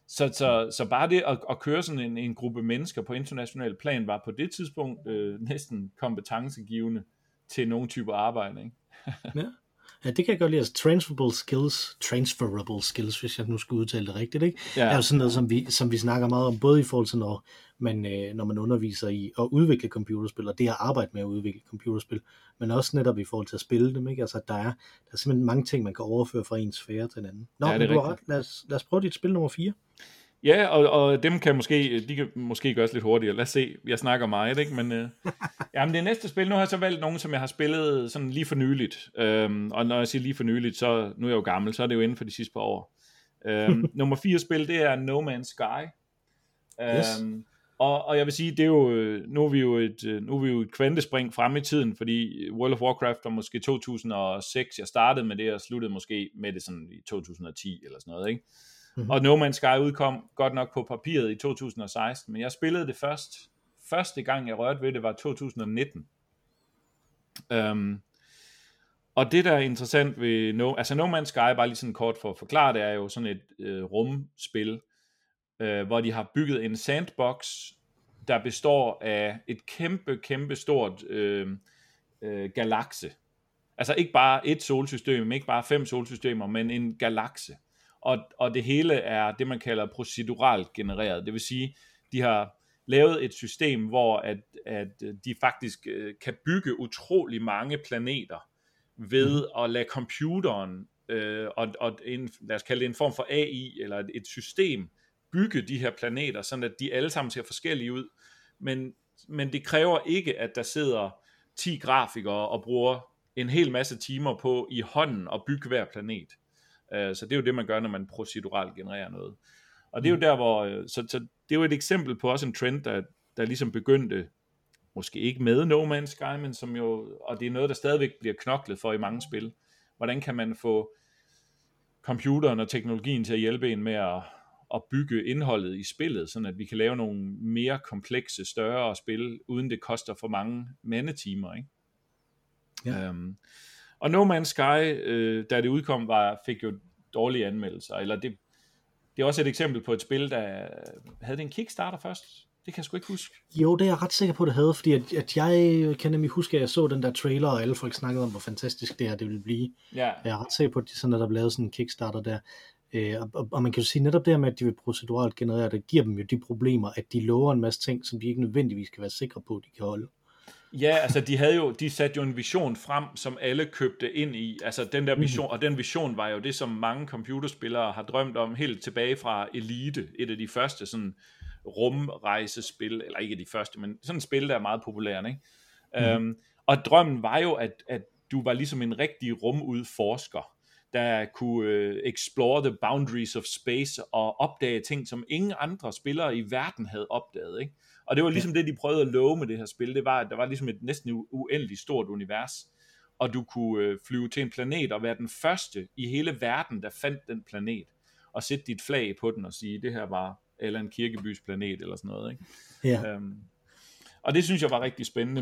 Speaker 2: Så bare det at køre sådan en gruppe mennesker på international plan, var på det tidspunkt næsten kompetencegivende til nogle typer arbejde, ikke?
Speaker 1: Ja. Ja, det kan jeg godt lide. Altså, transferable skills, hvis jeg nu skal udtale det rigtigt, ikke? Ja. Er jo sådan noget, som vi snakker meget om, både i forhold til, når man underviser i at udvikle computerspil, og det at arbejde med at udvikle computerspil, men også netop i forhold til at spille dem, ikke? Altså, der er simpelthen mange ting, man kan overføre fra en sfære til en anden. Nå, ja, men du har ret. Lad os prøve dit spil nummer 4.
Speaker 2: Ja, og dem kan de kan måske gøres lidt hurtigere. Lad os se, jeg snakker meget, ikke? Men jamen, det næste spil, nu har jeg så valgt nogle, som jeg har spillet sådan lige for nyligt. Og når jeg siger lige for nyligt, så nu er jeg jo gammel, så er det jo inden for de sidste par år. Nummer 4 spil, det er No Man's Sky.
Speaker 1: Yes.
Speaker 2: Og jeg vil sige, det er jo, nu er vi jo et kvantespring frem i tiden, fordi World of Warcraft var måske 2006, jeg startede med det, og sluttede måske med det sådan i 2010 eller sådan noget, ikke? Mm-hmm. Og No Man's Sky udkom godt nok på papiret i 2016, men jeg spillede det første gang jeg rørte ved det var 2019. Og det der er interessant ved No Man's Sky, bare lige sådan kort for at forklare det, er jo sådan et rumspil, hvor de har bygget en sandbox, der består af et kæmpe stort galakse. Altså ikke bare et solsystem, ikke bare 5 solsystemer, men en galakse. Og det hele er det, man kalder proceduralt genereret. Det vil sige, de har lavet et system, hvor at de faktisk kan bygge utrolig mange planeter ved at lade computeren, lad os kalde det en form for AI, eller et system, bygge de her planeter, sådan at de alle sammen ser forskellige ud. Men det kræver ikke, at der sidder 10 grafikere og bruger en hel masse timer på i hånden at bygge hver planet. Så det er jo det, man gør, når man proceduralt genererer noget. Og det er jo der, hvor... Så det er jo et eksempel på også en trend, der ligesom begyndte, måske ikke med No Man's Sky, men som jo... Og det er noget, der stadigvæk bliver knoklet for i mange spil. Hvordan kan man få computeren og teknologien til at hjælpe en med at bygge indholdet i spillet, sådan at vi kan lave nogle mere komplekse, større spil, uden det koster for mange mandetimer, ikke? Ja. Og No Man's Sky, da det udkom, fik jo dårlige anmeldelser. Eller det er også et eksempel på et spil, der havde det en Kickstarter først. Det kan jeg sgu ikke huske.
Speaker 1: Jo, det er jeg ret sikker på, det havde, fordi at jeg kan nemlig huske, at jeg så den der trailer, og alle folk snakkede om, hvor fantastisk det her det ville blive. Ja. Jeg er ret sikker på, at sådan, at der blev lavet sådan en Kickstarter der. Og man kan jo sige netop det her med, at de vil proceduralt generere, det giver dem jo de problemer, at de lover en masse ting, som de ikke nødvendigvis kan være sikre på, at de kan holde.
Speaker 2: Ja, altså de satte jo en vision frem, som alle købte ind i. Altså den der vision, og den vision var jo det, som mange computerspillere har drømt om helt tilbage fra Elite, et af de første sådan rumrejsespil, eller ikke de første, men sådan et spil, der er meget populært, ikke? Og drømmen var jo, at du var ligesom en rigtig rumudforsker, der kunne explore the boundaries of space og opdage ting, som ingen andre spillere i verden havde opdaget, ikke? Og det var ligesom det, de prøvede at love med det her spil. Det var, at der var ligesom et næsten uendeligt stort univers, og du kunne flyve til en planet og være den første i hele verden, der fandt den planet, og sætte dit flag på den og sige, det her var Allan Kirkebys planet, eller sådan noget, ikke? Ja. Og det synes jeg var rigtig spændende,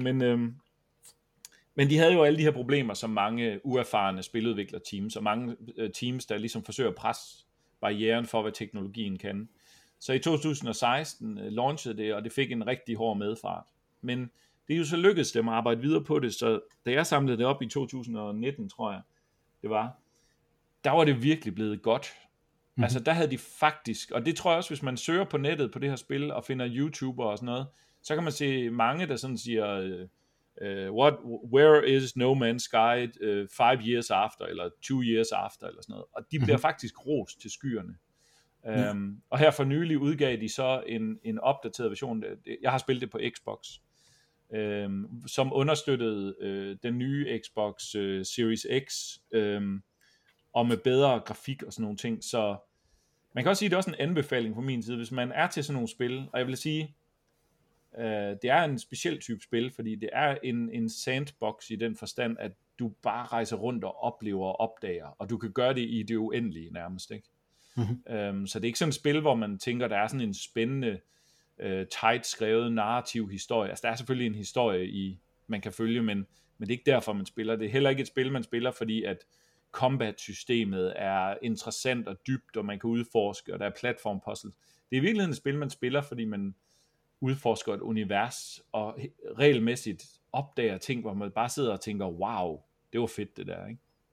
Speaker 2: men de havde jo alle de her problemer, som mange uerfarne spiludviklerteams, og mange teams, der ligesom forsøger at presse barrieren for, hvad teknologien kan. Så i 2016 launchede det, og det fik en rigtig hård medfart. Men det er jo så lykkedes dem at arbejde videre på det, så da jeg samlede det op i 2019, tror jeg, der var det virkelig blevet godt. Altså der havde de faktisk, og det tror jeg også, hvis man søger på nettet på det her spil, og finder YouTuber og sådan noget, så kan man se mange, der sådan siger, where is No Man's Sky 5 years after, eller 2 years after, eller sådan noget. Og de bliver faktisk rost til skyerne. Og her for nylig udgav de så en opdateret version, jeg har spillet det på Xbox, som understøttede den nye Xbox Series X, og med bedre grafik og sådan nogle ting. Så man kan også sige, at det er også en anbefaling fra min side, hvis man er til sådan nogle spil, og jeg vil sige, det er en speciel type spil, fordi det er en sandbox i den forstand, at du bare rejser rundt og oplever og opdager, og du kan gøre det i det uendelige nærmest, ikke? Så det er ikke sådan et spil, hvor man tænker, der er sådan en spændende, tight skrevet narrativ historie. Altså der er selvfølgelig en historie, man kan følge, men det er ikke derfor, man spiller. Det er heller ikke et spil, man spiller, fordi at combat-systemet er interessant og dybt, og man kan udforske, og der er platform-puzzle. Det er i virkeligheden et spil, man spiller, fordi man udforsker et univers, og regelmæssigt opdager ting, hvor man bare sidder og tænker, wow, det var fedt det der, ikke?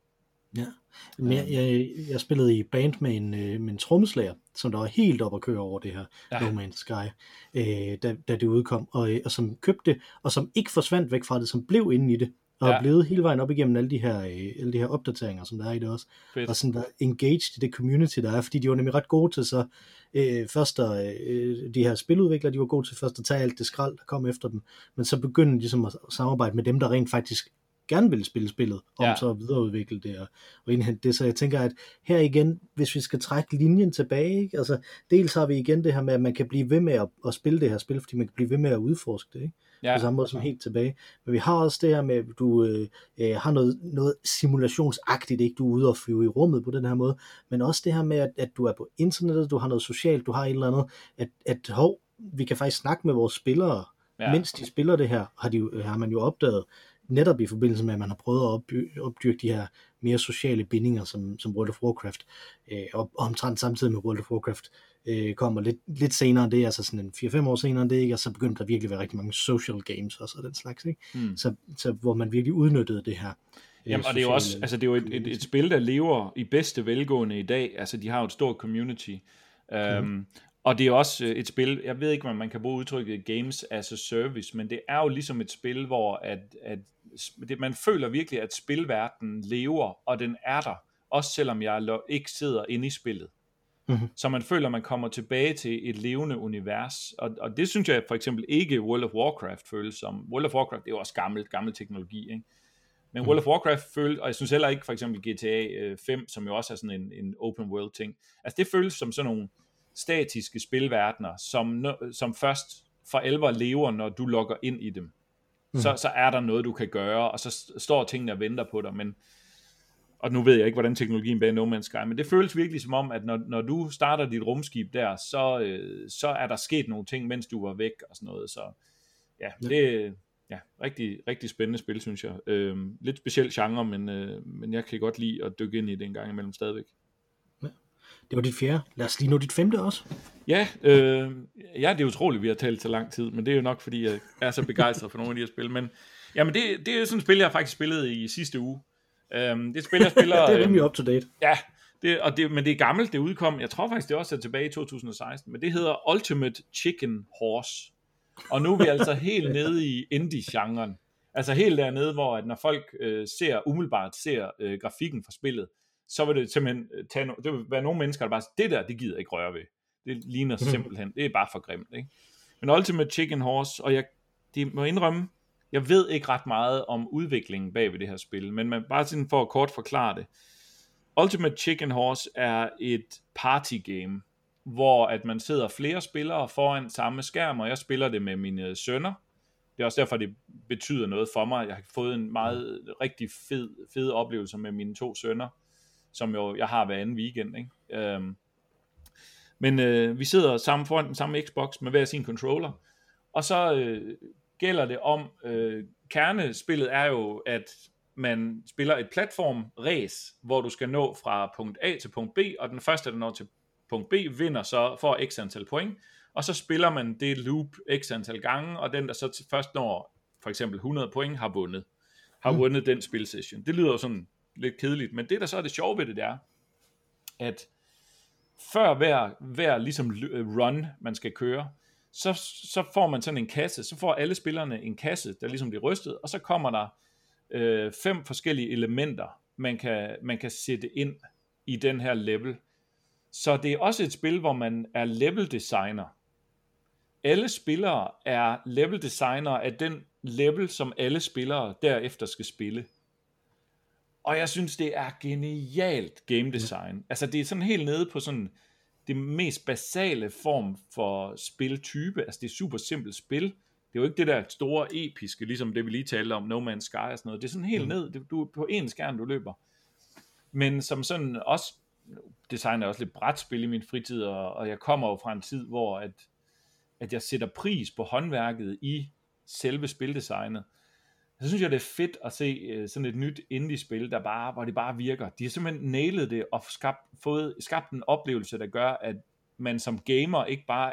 Speaker 1: Ja, men jeg spillede i band med en trommeslager, som der var helt op at køre over det her
Speaker 2: Ja,
Speaker 1: No Man's Sky, da det udkom, og som købte det, og som ikke forsvandt væk fra det, som blev inde i det, og er
Speaker 2: ja,
Speaker 1: blevet hele vejen op igennem alle de her opdateringer, som der er i det også, og
Speaker 2: fedt.
Speaker 1: sådan været engaged i det community, der er, fordi de var nemlig ret gode til så, først de her spiludviklere, de var gode til først at tage alt det skrald, der kom efter dem, men så begyndte de ligesom at samarbejde med dem, der rent faktisk gerne ville spille spillet, om
Speaker 2: Ja,
Speaker 1: så at videreudvikle det og indhente det. Så jeg tænker, at her igen, hvis vi skal trække linjen tilbage, ikke? Altså dels har vi igen det her med, at man kan blive ved med at spille det her spil, fordi man kan blive ved med at udforske det, ikke?
Speaker 2: ja,
Speaker 1: På samme måde som helt tilbage. Men vi har også det her med, at du har noget simulationsagtigt, ikke? Du er ude og flyve i rummet på den her måde, men også det her med, at du er på internettet, du har noget socialt, du har et eller andet, at vi kan faktisk snakke med vores spillere,
Speaker 2: ja.
Speaker 1: mens de spiller det her, har man jo opdaget, netop i forbindelse med, at man har prøvet at opdyrke de her mere sociale bindinger, som World of Warcraft, og omtrent samtidig med World of Warcraft kommer lidt senere end det, altså sådan en 4-5 år senere end det, ikke? Og så begyndte der virkelig at være rigtig mange social games og så den slags, ikke? Så hvor man virkelig udnyttede det her.
Speaker 2: Jamen, og det er jo også, altså det er jo et spil, der lever i bedste velgående i dag, altså de har jo et stort community, og det er også et spil, jeg ved ikke, om man kan bruge udtrykket games as a service, men det er jo ligesom et spil, hvor man føler virkelig, at spilverdenen lever, og den er der, også selvom jeg ikke sidder inde i spillet. Mm-hmm. Så man føler, at man kommer tilbage til et levende univers, og det synes jeg for eksempel ikke World of Warcraft føles som. World of Warcraft, det er jo også gammel teknologi, ikke? Men World of Warcraft føles, og jeg synes heller ikke for eksempel GTA 5, som jo også er sådan en open world ting, altså det føles som sådan nogle statiske spilverdener, som først for alvor lever, når du logger ind i dem. Så er der noget, du kan gøre, og så står tingene og venter på dig, og nu ved jeg ikke, hvordan teknologien bag No Man's Sky, men det føles virkelig som om, at når du starter dit rumskib der, så er der sket nogle ting, mens du var væk, og sådan noget, så ja, det ja, rigtig, rigtig spændende spil, synes jeg. Lidt speciel genre, men jeg kan godt lide at dykke ind i det en gang imellem stadigvæk.
Speaker 1: Det var dit fjerde. Lad os lige nå dit femte også.
Speaker 2: Ja, det er utroligt, vi har talt så lang tid, men det er jo nok, fordi jeg er så begejstret for nogle af de her spil. Men jamen, det er sådan et spil, jeg faktisk spillede i sidste uge. Det er et spil, jeg spiller...
Speaker 1: det er rimelig up to date.
Speaker 2: Ja, men det er gammelt, det udkom. Jeg tror faktisk, det også er tilbage i 2016, men det hedder Ultimate Chicken Horse. Og nu er vi altså helt nede i indie-genren. Altså helt dernede, hvor at når folk umiddelbart ser grafikken fra spillet, så vil det simpelthen det vil være nogle mennesker, der bare siger, det der, det gider jeg ikke røre ved. Det ligner simpelthen, det er bare for grimt, ikke? Men Ultimate Chicken Horse, og det må indrømme, jeg ved ikke ret meget om udviklingen bag ved det her spil, men man bare sådan for at kort forklare det. Ultimate Chicken Horse er et party game, hvor at man sidder flere spillere foran samme skærm, og jeg spiller det med mine sønner. Det er også derfor, det betyder noget for mig. Jeg har fået en rigtig fed oplevelse med mine 2 sønner, som jo jeg har hver anden weekend, ikke? Men vi sidder sammen foran den samme Xbox med hver sin controller, og så gælder det om, kernespillet er jo, at man spiller et platform-race, hvor du skal nå fra punkt A til punkt B, og den første, der når til punkt B, vinder så for x antal point, og så spiller man det loop x antal gange, og den, der så først når for eksempel 100 point, har vundet den spilsession. Det lyder jo sådan lidt kedeligt, men det, der så er det sjove ved det, er, at før hver ligesom run, man skal køre, så får man sådan en kasse, så får alle spillerne en kasse, der ligesom bliver rystet, og så kommer der 5 forskellige elementer, man kan sætte ind i den her level. Så det er også et spil, hvor man er level designer. Alle spillere er level designer af den level, som alle spillere derefter skal spille. Og jeg synes, det er genialt game design. Altså, det er sådan helt nede på sådan det mest basale form for spiltype. Altså, det er super simpelt spil. Det er jo ikke det der store episke, ligesom det vi lige talte om, No Man's Sky og sådan noget. Det er sådan helt ned. Du er på en skærm, du løber. Men som sådan også, designer også lidt brætspil i min fritid, og jeg kommer jo fra en tid, hvor at jeg sætter pris på håndværket i selve spildesignet. Så synes jeg, det er fedt at se sådan et nyt indie-spil, hvor det bare virker. De har simpelthen nailet det og skabt en oplevelse, der gør, at man som gamer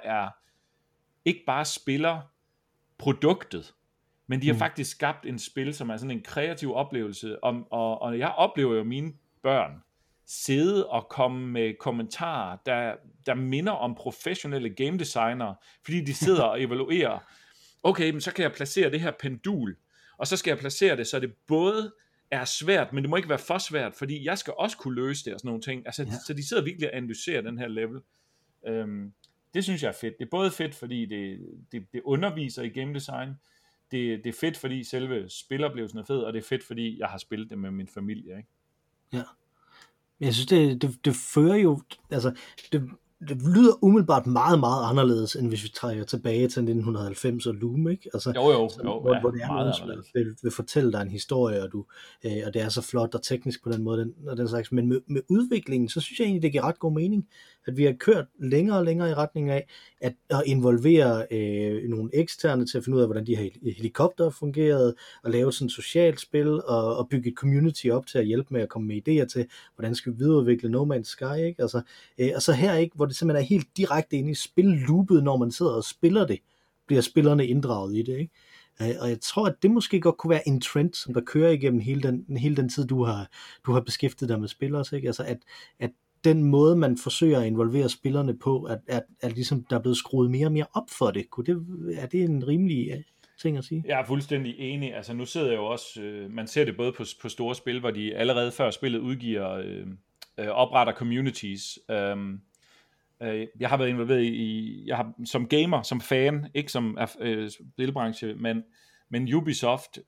Speaker 2: ikke bare spiller produktet, men de har faktisk skabt en spil, som er sådan en kreativ oplevelse. Og jeg oplever jo mine børn sidde og komme med kommentarer, der minder om professionelle game designere, fordi de sidder og evaluerer, okay, men så kan jeg placere det her pendul, og så skal jeg placere det, så det både er svært, men det må ikke være for svært, fordi jeg skal også kunne løse det og sådan nogle ting. Altså, så de sidder virkelig og analyserer den her level. Det synes jeg er fedt. Det er både fedt, fordi det underviser i game design, det er fedt, fordi selve spiloplevelsen er fed, og det er fedt, fordi jeg har spillet det med min familie, ikke?
Speaker 1: Ja. Jeg synes, det fører jo, altså, det lyder umiddelbart meget, meget anderledes, end hvis vi trækker tilbage til 1990 og Loom, ikke? Altså,
Speaker 2: Jo,
Speaker 1: hvor det er nogen, som vil fortælle dig en historie, og det er så flot og teknisk på den måde, og den slags. Men med udviklingen, så synes jeg egentlig, det giver ret god mening, at vi har kørt længere og længere i retning af at involvere nogle eksterne til at finde ud af, hvordan de her helikopter fungerede, og lave sådan et socialt spil, og bygge et community op til at hjælpe med at komme med idéer til, hvordan skal vi videreudvikle No Man's Sky, ikke? Altså, og så her, ikke, hvor det simpelthen er helt direkte inde i spilloopet, når man sidder og spiller det, bliver spillerne inddraget i det, ikke? Og jeg tror, at det måske godt kunne være en trend, som der kører igennem hele den tid, du har beskæftiget dig med spil også, ikke? Altså, at den måde, man forsøger at involvere spillerne på, at ligesom der er blevet skruet mere og mere op for det. Er det en rimelig ting at sige? Jeg
Speaker 2: er fuldstændig enig. Altså, nu sidder jeg jo også, man ser det både på store spil, hvor de allerede før spillet udgiver, opretter communities. Jeg har været involveret jeg har, som gamer, som fan, ikke som spilbranche, men Ubisoft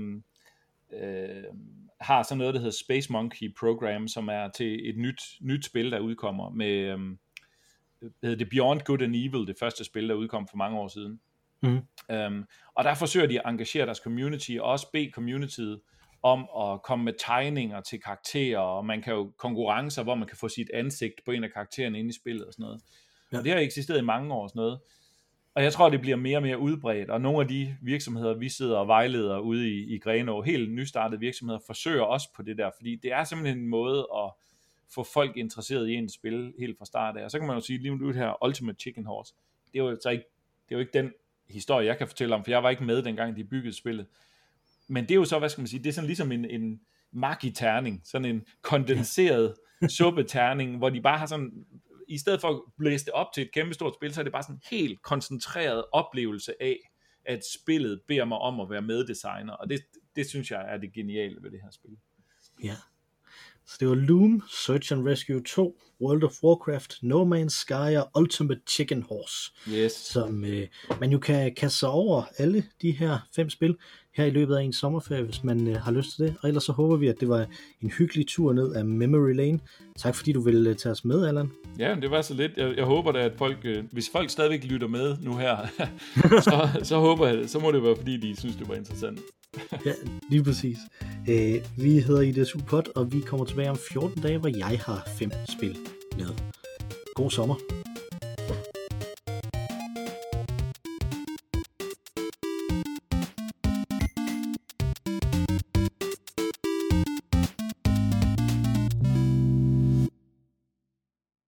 Speaker 2: har sådan noget, der hedder Space Monkey Program, som er til et nyt spil, der udkommer med, hedder det Beyond Good and Evil, det første spil, der udkom for mange år siden. Og der forsøger de at engagere deres community, og også bede communityet om at komme med tegninger til karakterer, og man kan jo konkurrencer, hvor man kan få sit ansigt på en af karaktererne inde i spillet og sådan noget. Ja. Og det har eksisteret i mange år og sådan noget. Og jeg tror, det bliver mere og mere udbredt, og nogle af de virksomheder, vi sidder og vejleder ude i Grenaa, helt nystartede virksomheder, forsøger også på det der, fordi det er simpelthen en måde at få folk interesseret i ens spil helt fra start af. Og så kan man jo sige, lige nu det her Ultimate Chicken Horse, det er jo ikke den historie, jeg kan fortælle om, for jeg var ikke med, dengang de byggede spillet. Men det er jo så, hvad skal man sige, det er sådan ligesom en magi-terning, sådan en kondenseret suppeterning, hvor de bare har sådan, i stedet for at blæse det op til et kæmpestort spil, så er det bare sådan en helt koncentreret oplevelse af, at spillet beder mig om at være meddesigner, og det synes jeg er det geniale ved det her spil.
Speaker 1: Ja. Så det var Loom, Search and Rescue 2, World of Warcraft, No Man's Sky og Ultimate Chicken Horse.
Speaker 2: Yes.
Speaker 1: Som man jo kan kaste sig over alle de her 5 spil her i løbet af en sommerferie, hvis man har lyst til det. Og ellers så håber vi, at det var en hyggelig tur ned af Memory Lane. Tak fordi du ville tage os med, Allan.
Speaker 2: Ja, det var så lidt. Jeg håber da, at folk, hvis folk stadigvæk lytter med nu her, så håber jeg, så må det være, fordi de synes, det var interessant.
Speaker 1: Ja, lige præcis. Vi hedder IDSU Pod, og vi kommer tilbage om 14 dage, hvor jeg har 5 spil med. God sommer.